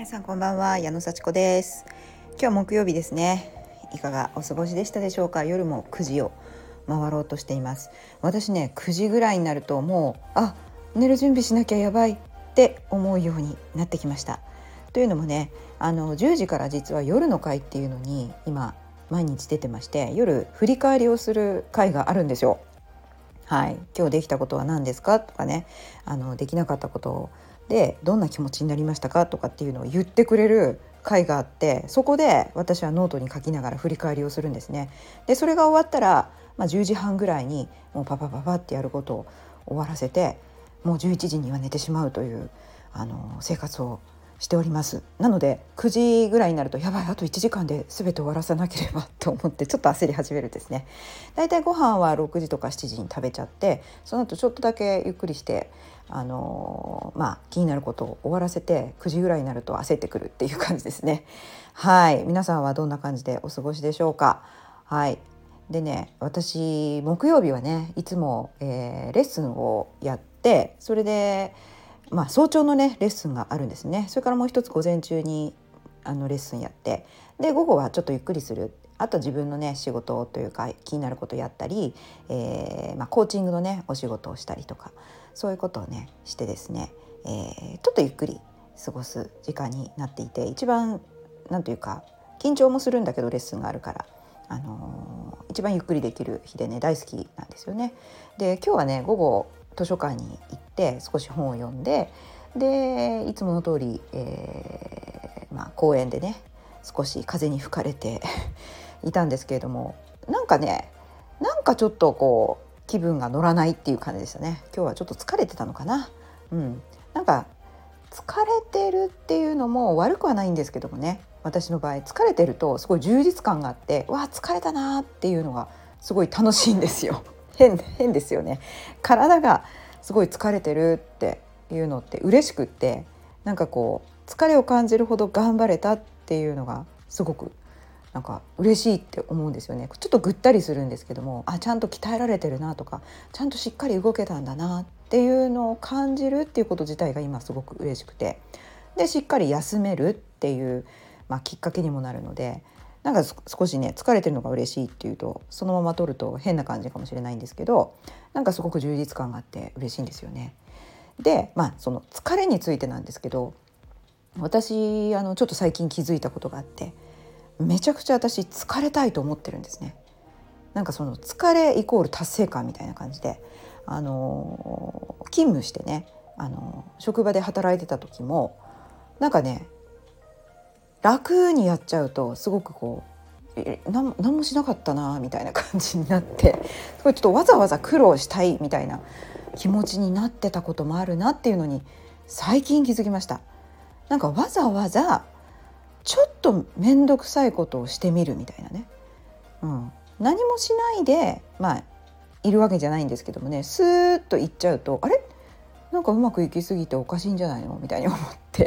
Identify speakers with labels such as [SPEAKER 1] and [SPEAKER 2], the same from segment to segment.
[SPEAKER 1] さんこんばんは、矢野幸子です。今日木曜日ですね。いかがお過ごしでしたでしょうか。夜も9時を回ろうとしています。私ね、9時ぐらいになるともう寝る準備しなきゃやばいって思うようになってきました。というのもね、10時から実は夜の会っていうのに今毎日出てまして、夜振り返りをする会があるんですよ。はい、今日できたことは何ですかとかね、できなかったことでどんな気持ちになりましたかとかっていうのを言ってくれる会があって、そこで私はノートに書きながら振り返りをするんですね。でそれが終わったら、10時半ぐらいにもうパパパパってやることを終わらせて、もう11時には寝てしまうという生活をしております。なので9時ぐらいになるとやばい、あと1時間で全て終わらさなければと思ってちょっと焦り始めるんですね。だいたいご飯は6時とか7時に食べちゃって、その後ちょっとだけゆっくりして気になることを終わらせて、9時ぐらいになると焦ってくるっていう感じですね。はい、皆さんはどんな感じでお過ごしでしょうか。はい。でね、私木曜日はねいつも、レッスンをやって、それで早朝のねレッスンがあるんですね。それからもう一つ午前中にレッスンやって、で午後はちょっとゆっくりする、あと自分のね仕事というか気になることやったり、コーチングのねお仕事をしたりとか、そういうことをねしてですね、ちょっとゆっくり過ごす時間になっていて、一番なんというか緊張もするんだけどレッスンがあるから、一番ゆっくりできる日でね大好きなんですよね。で今日はね午後図書館に行って少し本を読んで、でいつもの通り、公園でね少し風に吹かれていたんですけれども、なんかちょっとこう気分が乗らないっていう感じでしたね。今日はちょっと疲れてたのかな。なんか疲れてるっていうのも悪くはないんですけどもね、私の場合疲れてるとすごい充実感があって、わあ疲れたなっていうのがすごい楽しいんですよ。変ですよね。体がすごい疲れてるっていうのって嬉しくって、なんかこう疲れを感じるほど頑張れたっていうのがすごくなんか嬉しいって思うんですよね。ちょっとぐったりするんですけども、ちゃんと鍛えられてるなとか、ちゃんとしっかり動けたんだなっていうのを感じるっていうこと自体が今すごく嬉しくて、でしっかり休めるっていう、きっかけにもなるので、なんか少しね疲れてるのが嬉しいっていうとそのまま取ると変な感じかもしれないんですけど、なんかすごく充実感があって嬉しいんですよね。でその疲れについてなんですけど、私ちょっと最近気づいたことがあって、めちゃくちゃ私疲れたいと思ってるんですね。なんかその疲れイコール達成感みたいな感じで、勤務してね、職場で働いてた時もなんかね楽にやっちゃうとすごくこう何もしなかったなみたいな感じになって、すごいちょっとわざわざ苦労したいみたいな気持ちになってたこともあるなっていうのに最近気づきました。なんかわざわざちょっと面倒くさいことをしてみるみたいなね、何もしないでいるわけじゃないんですけどもね、スーッといっちゃうと、あれなんかうまくいきすぎておかしいんじゃないのみたいに思って、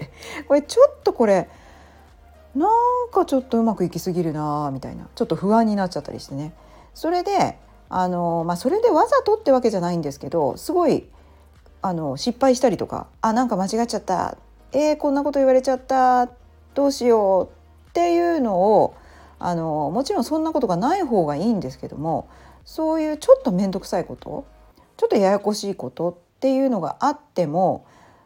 [SPEAKER 1] これなんかちょっとうまくいきすぎるなみたいな、ちょっと不安になっちゃったりしてね。それでそれでわざとってわけじゃないんですけど、すごい失敗したりとか、なんか間違っちゃった、こんなこと言われちゃった、どうしようっていうのをもちろんそんなことがない方がいいんですけども、そういうちょっと面倒くさいこと、ちょっとややこしいことっていうのがあっても、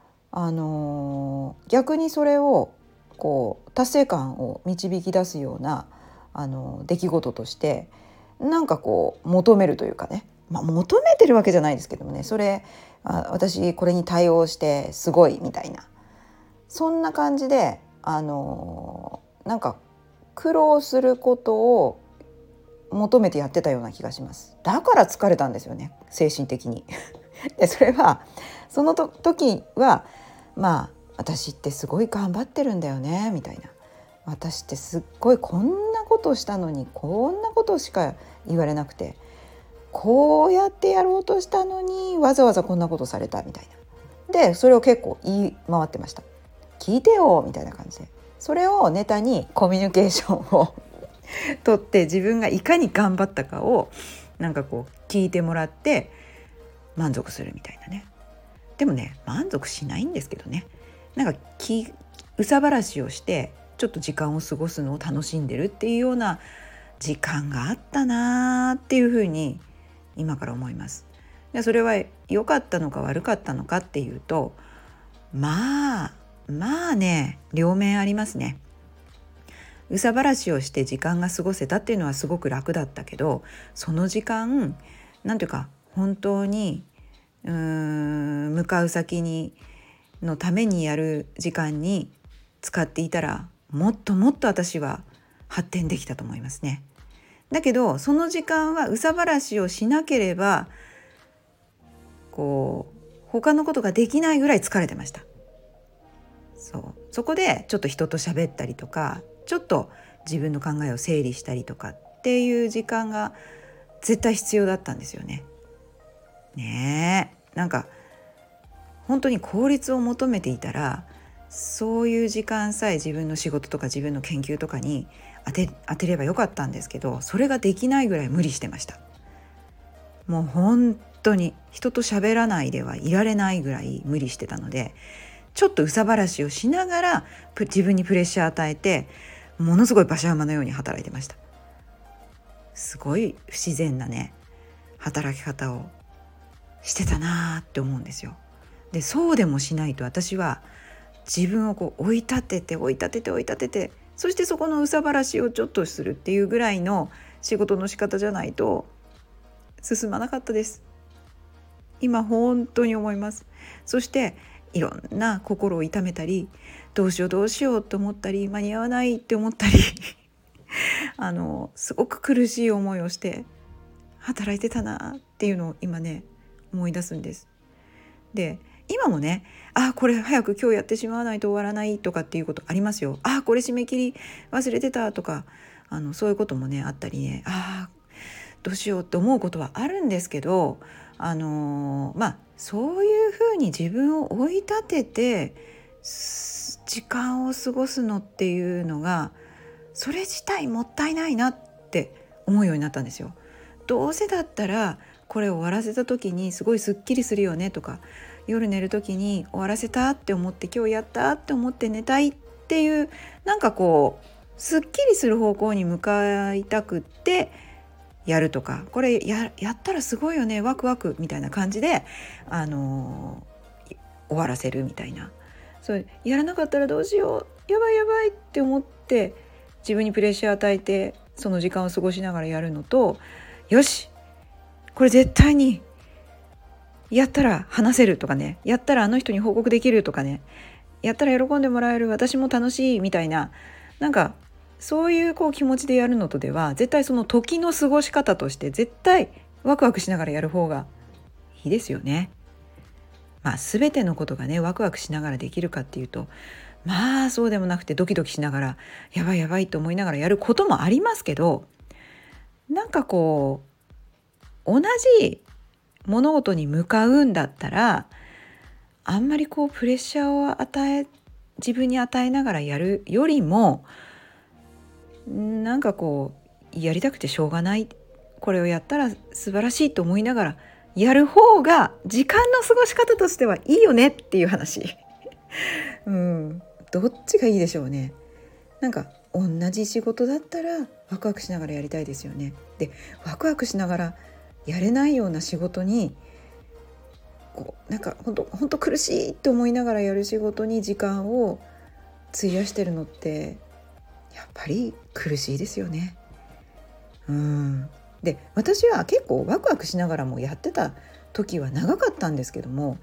[SPEAKER 1] 逆にそれをこう達成感を導き出すような出来事としてなんかこう求めるというかね、求めてるわけじゃないですけどもね、それ私これに対応してすごいみたいな、そんな感じでなんか苦労することを求めてやってたような気がします。だから疲れたんですよね、精神的に。でそれはその時は私ってすごい頑張ってるんだよねみたいな、私ってすっごいこんなことしたのにこんなことしか言われなくて、こうやってやろうとしたのにわざわざこんなことされたみたいな。でそれを結構言い回ってました。聞いてよみたいな感じで、それをネタにコミュニケーションをとって自分がいかに頑張ったかをなんかこう聞いてもらって満足するみたいなね。でもね満足しないんですけどね、なんか憂さ晴らしをしてちょっと時間を過ごすのを楽しんでるっていうような時間があったなっていうふうに今から思います。でそれは良かったのか悪かったのかっていうと、まあね、両面ありますね。憂さ晴らしをして時間が過ごせたっていうのはすごく楽だったけど、その時間なんていうか本当に向かう先にのためにやる時間に使っていたらもっともっと私は発展できたと思いますね。だけどその時間は憂さ晴らしをしなければ他のことができないぐらい疲れてました。そこでちょっと人と喋ったりとか、ちょっと自分の考えを整理したりとかっていう時間が絶対必要だったんですよね。なんか本当に効率を求めていたら、そういう時間さえ自分の仕事とか自分の研究とかに当てればよかったんですけど、それができないぐらい無理してました。もう本当に人と喋らないではいられないぐらい無理してたので、ちょっと憂さ晴らしをしながら自分にプレッシャー与えて、ものすごい馬車馬のように働いてました。すごい不自然なね働き方をしてたなって思うんですよ。でそうでもしないと、私は自分を追い立ててそしてそこの憂さ晴らしをちょっとするっていうぐらいの仕事の仕方じゃないと進まなかったです。今本当に思います。そしていろんな心を痛めたり、どうしようと思ったり、間に合わないって思ったりすごく苦しい思いをして働いてたなっていうのを今ね思い出すんです。で今もね、これ早く今日やってしまわないと終わらないとかっていうことありますよ。これ締め切り忘れてたとか、そういうこともねあったりね、どうしようって思うことはあるんですけど、そういうふうに自分を追い立てて時間を過ごすのっていうのが、それ自体もったいないなって思うようになったんですよ。どうせだったらこれを終わらせた時にすごいすっきりするよねとか、夜寝る時に終わらせたって思って今日やったって思って寝たいっていう、すっきりする方向に向かいたくってやるとか、これ やったらすごいよねワクワクみたいな感じで、終わらせるみたいな、そうやらなかったらどうしようやばいって思って自分にプレッシャー与えてその時間を過ごしながらやるのと、よしこれ絶対にやったら話せるとかね、やったらあの人に報告できるとかね、やったら喜んでもらえる、私も楽しいみたいな、そういう気持ちでやるのとでは、絶対その時の過ごし方として絶対ワクワクしながらやる方がいいですよね。全てのことがねワクワクしながらできるかっていうと、そうでもなくて、ドキドキしながらやばいと思いながらやることもありますけど、同じ物事に向かうんだったら、あんまりプレッシャーを自分に与えながらやるよりも、やりたくてしょうがない、これをやったら素晴らしいと思いながらやる方が時間の過ごし方としてはいいよねっていう話どっちがいいでしょうね。同じ仕事だったらワクワクしながらやりたいですよね。でワクワクしながらやれないような仕事に本当苦しいって思いながらやる仕事に時間を費やしてるのってやっぱり苦しいですよね。で私は結構ワクワクしながらもやってた時は長かったんですけども、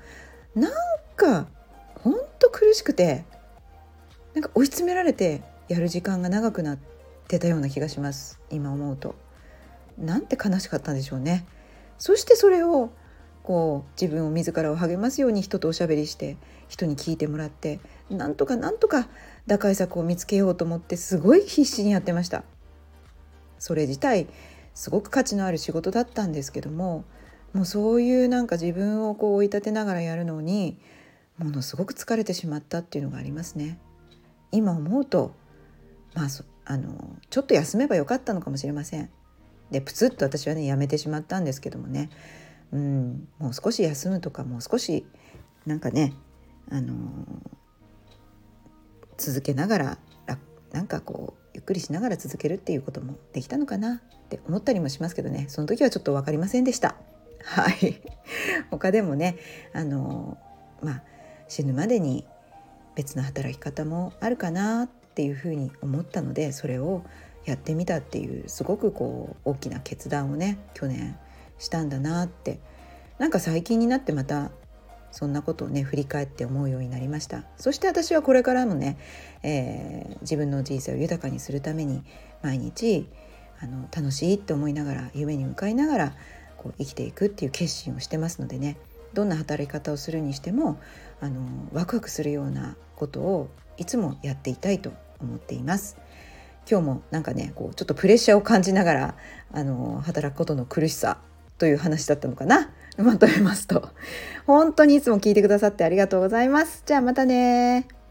[SPEAKER 1] 本当苦しくて追い詰められてやる時間が長くなってたような気がします。今思うとなんて悲しかったんでしょうね。そしてそれを自分を自らを励ますように人とおしゃべりして、人に聞いてもらって、なんとか打開策を見つけようと思ってすごい必死にやってました。それ自体すごく価値のある仕事だったんですけども、もうそういう自分を追い立てながらやるのにものすごく疲れてしまったっていうのがありますね。今思うとちょっと休めばよかったのかもしれません。でプツッと私はねやめてしまったんですけどもね、もう少し休むとか、もう少し続けながらなんかゆっくりしながら続けるっていうこともできたのかなって思ったりもしますけどね、その時はちょっと分かりませんでした。はい他でもね死ぬまでに別の働き方もあるかなっていうふうに思ったので、それをやってみたっていうすごく大きな決断をね去年したんだなって、なんか最近になってまたそんなことをね振り返って思うようになりました。そして私はこれからもね、自分の人生を豊かにするために毎日楽しいって思いながら夢に向かいながら生きていくっていう決心をしてますのでね、どんな働き方をするにしてもワクワクするようなことをいつもやっていたいと思っています。今日もなんかねちょっとプレッシャーを感じながら働くことの苦しさという話だったのかな。まとめますと本当にいつも聞いてくださってありがとうございます。じゃあまたね。